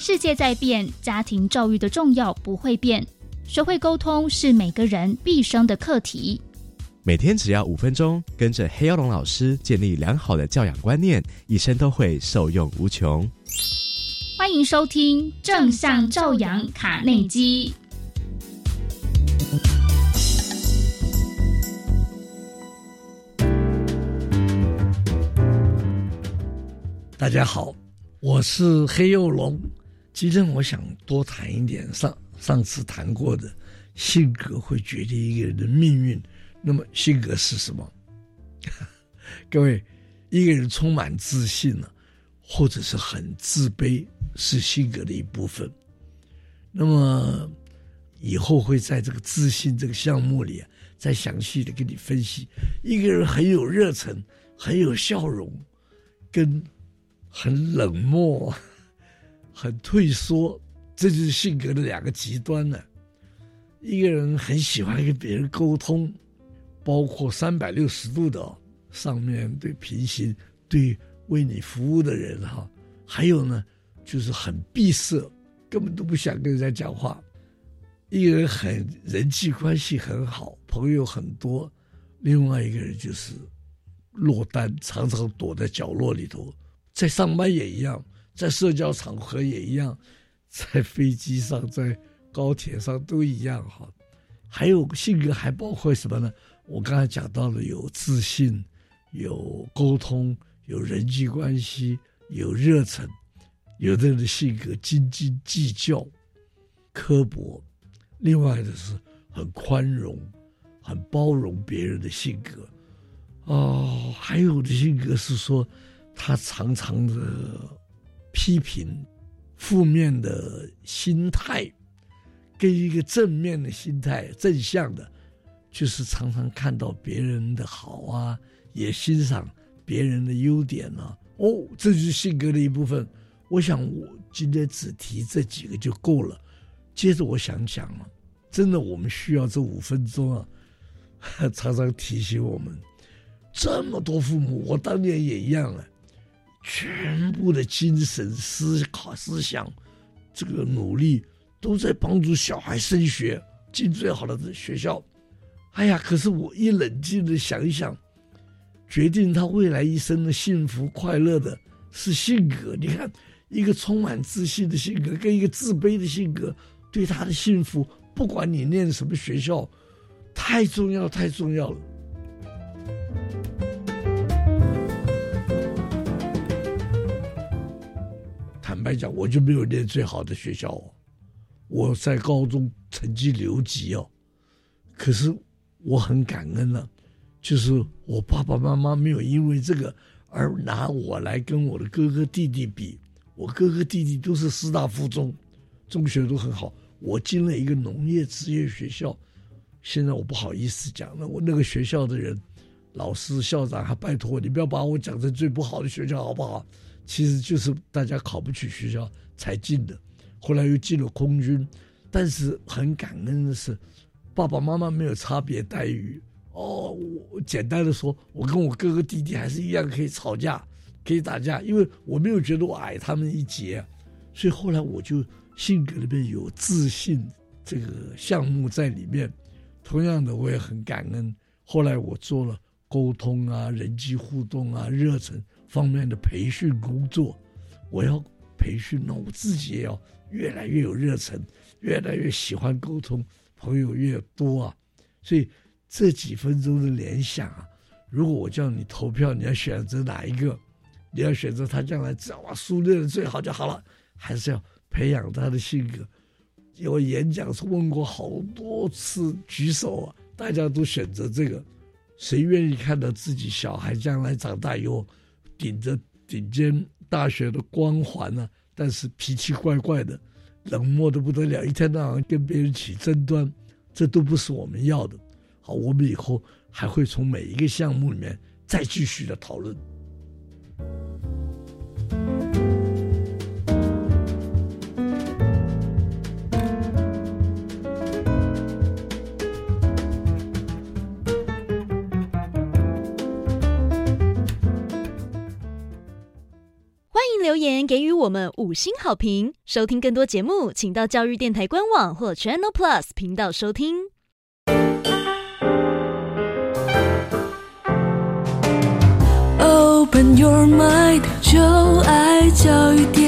世界在变，家庭教育的重要不会变。学会沟通是每个人毕生的课题。 每天只要5分钟，跟着黑曜龙老师建立良好的教养观念，一生都会受用无穷。 欢迎收听正向教养卡内基。 大家好，我是黑曜龙。今天我想多谈一点上次谈过的性格会决定一个人的命运。那么性格是什么？各位，一个人充满自信呢，或者是很自卑，是性格的一部分。那么以后会在这个自信这个项目里再详细的跟你分析，一个人很有热忱，很有笑容，跟很冷漠、很退缩，这就是性格的2个极端呢。一个人很喜欢跟别人沟通，包括360度的上面对平行，对为你服务的人哈。还有呢，就是很闭塞，根本都不想跟人家讲话。一个人很人际关系很好，朋友很多。另外一个人就是落单，常常躲在角落里头。在上班也一样，在社交场合也一样，在飞机上，在高铁上都一样哈。还有性格还包括什么呢？我刚才讲到了有自信，有沟通，有人际关系，有热忱。有的人的性格斤斤计较、刻薄，另外的是很宽容、很包容别人的性格。还有的性格是说他常常的批评，负面的心态跟一个正面的心态，正向的，就是常常看到别人的好啊，也欣赏别人的优点啊。这就是性格的一部分。我想我今天只提这几个就够了。接着我想讲了，真的我们需要这5分钟啊，常常提醒我们，这么多父母，我当年也一样啊，全部的精神思想这个努力都在帮助小孩升学进最好的学校。可是我一冷静的想一想，决定他未来一生的幸福快乐的是性格。你看，一个充满自信的性格跟一个自卑的性格，对他的幸福，不管你念什么学校，太重要太重要了。坦白讲，我就没有念最好的学校我在高中成绩留级可是我很感恩了，就是我爸爸妈妈没有因为这个而拿我来跟我的哥哥弟弟比。我哥哥弟弟都是师大附中，中学都很好，我进了一个农业职业学校。现在我不好意思讲了，我那个学校的人，老师校长还拜托我，你不要把我讲成最不好的学校好不好？其实就是大家考不起学校才进的，后来又进了空军。但是很感恩的是，爸爸妈妈没有差别待遇我简单的说，我跟我哥哥弟弟还是一样可以吵架，可以打架，因为我没有觉得我矮他们一截。所以后来我就性格里面有自信这个项目在里面。同样的，我也很感恩，后来我做了沟通啊、人际互动啊、热忱方面的培训工作。我要培训我自己也要越来越有热忱，越来越喜欢沟通，朋友越多所以这几分钟的联想如果我叫你投票，你要选择哪一个？你要选择他将来只要书念的最好就好了，还是要培养他的性格？我演讲是问过好多次，举手大家都选择这个。谁愿意看到自己小孩将来长大以后顶着顶尖大学的光环但是脾气怪怪的，冷漠的不得了，一天到晚跟别人起争端，这都不是我们要的。好，我们以后还会从每一个项目里面再继续的讨论。 留言给予我们5星好评。收听更多节目，请到教育电台官网或 Channel Plus 频道收听。 Open your mind， 就爱教育电台。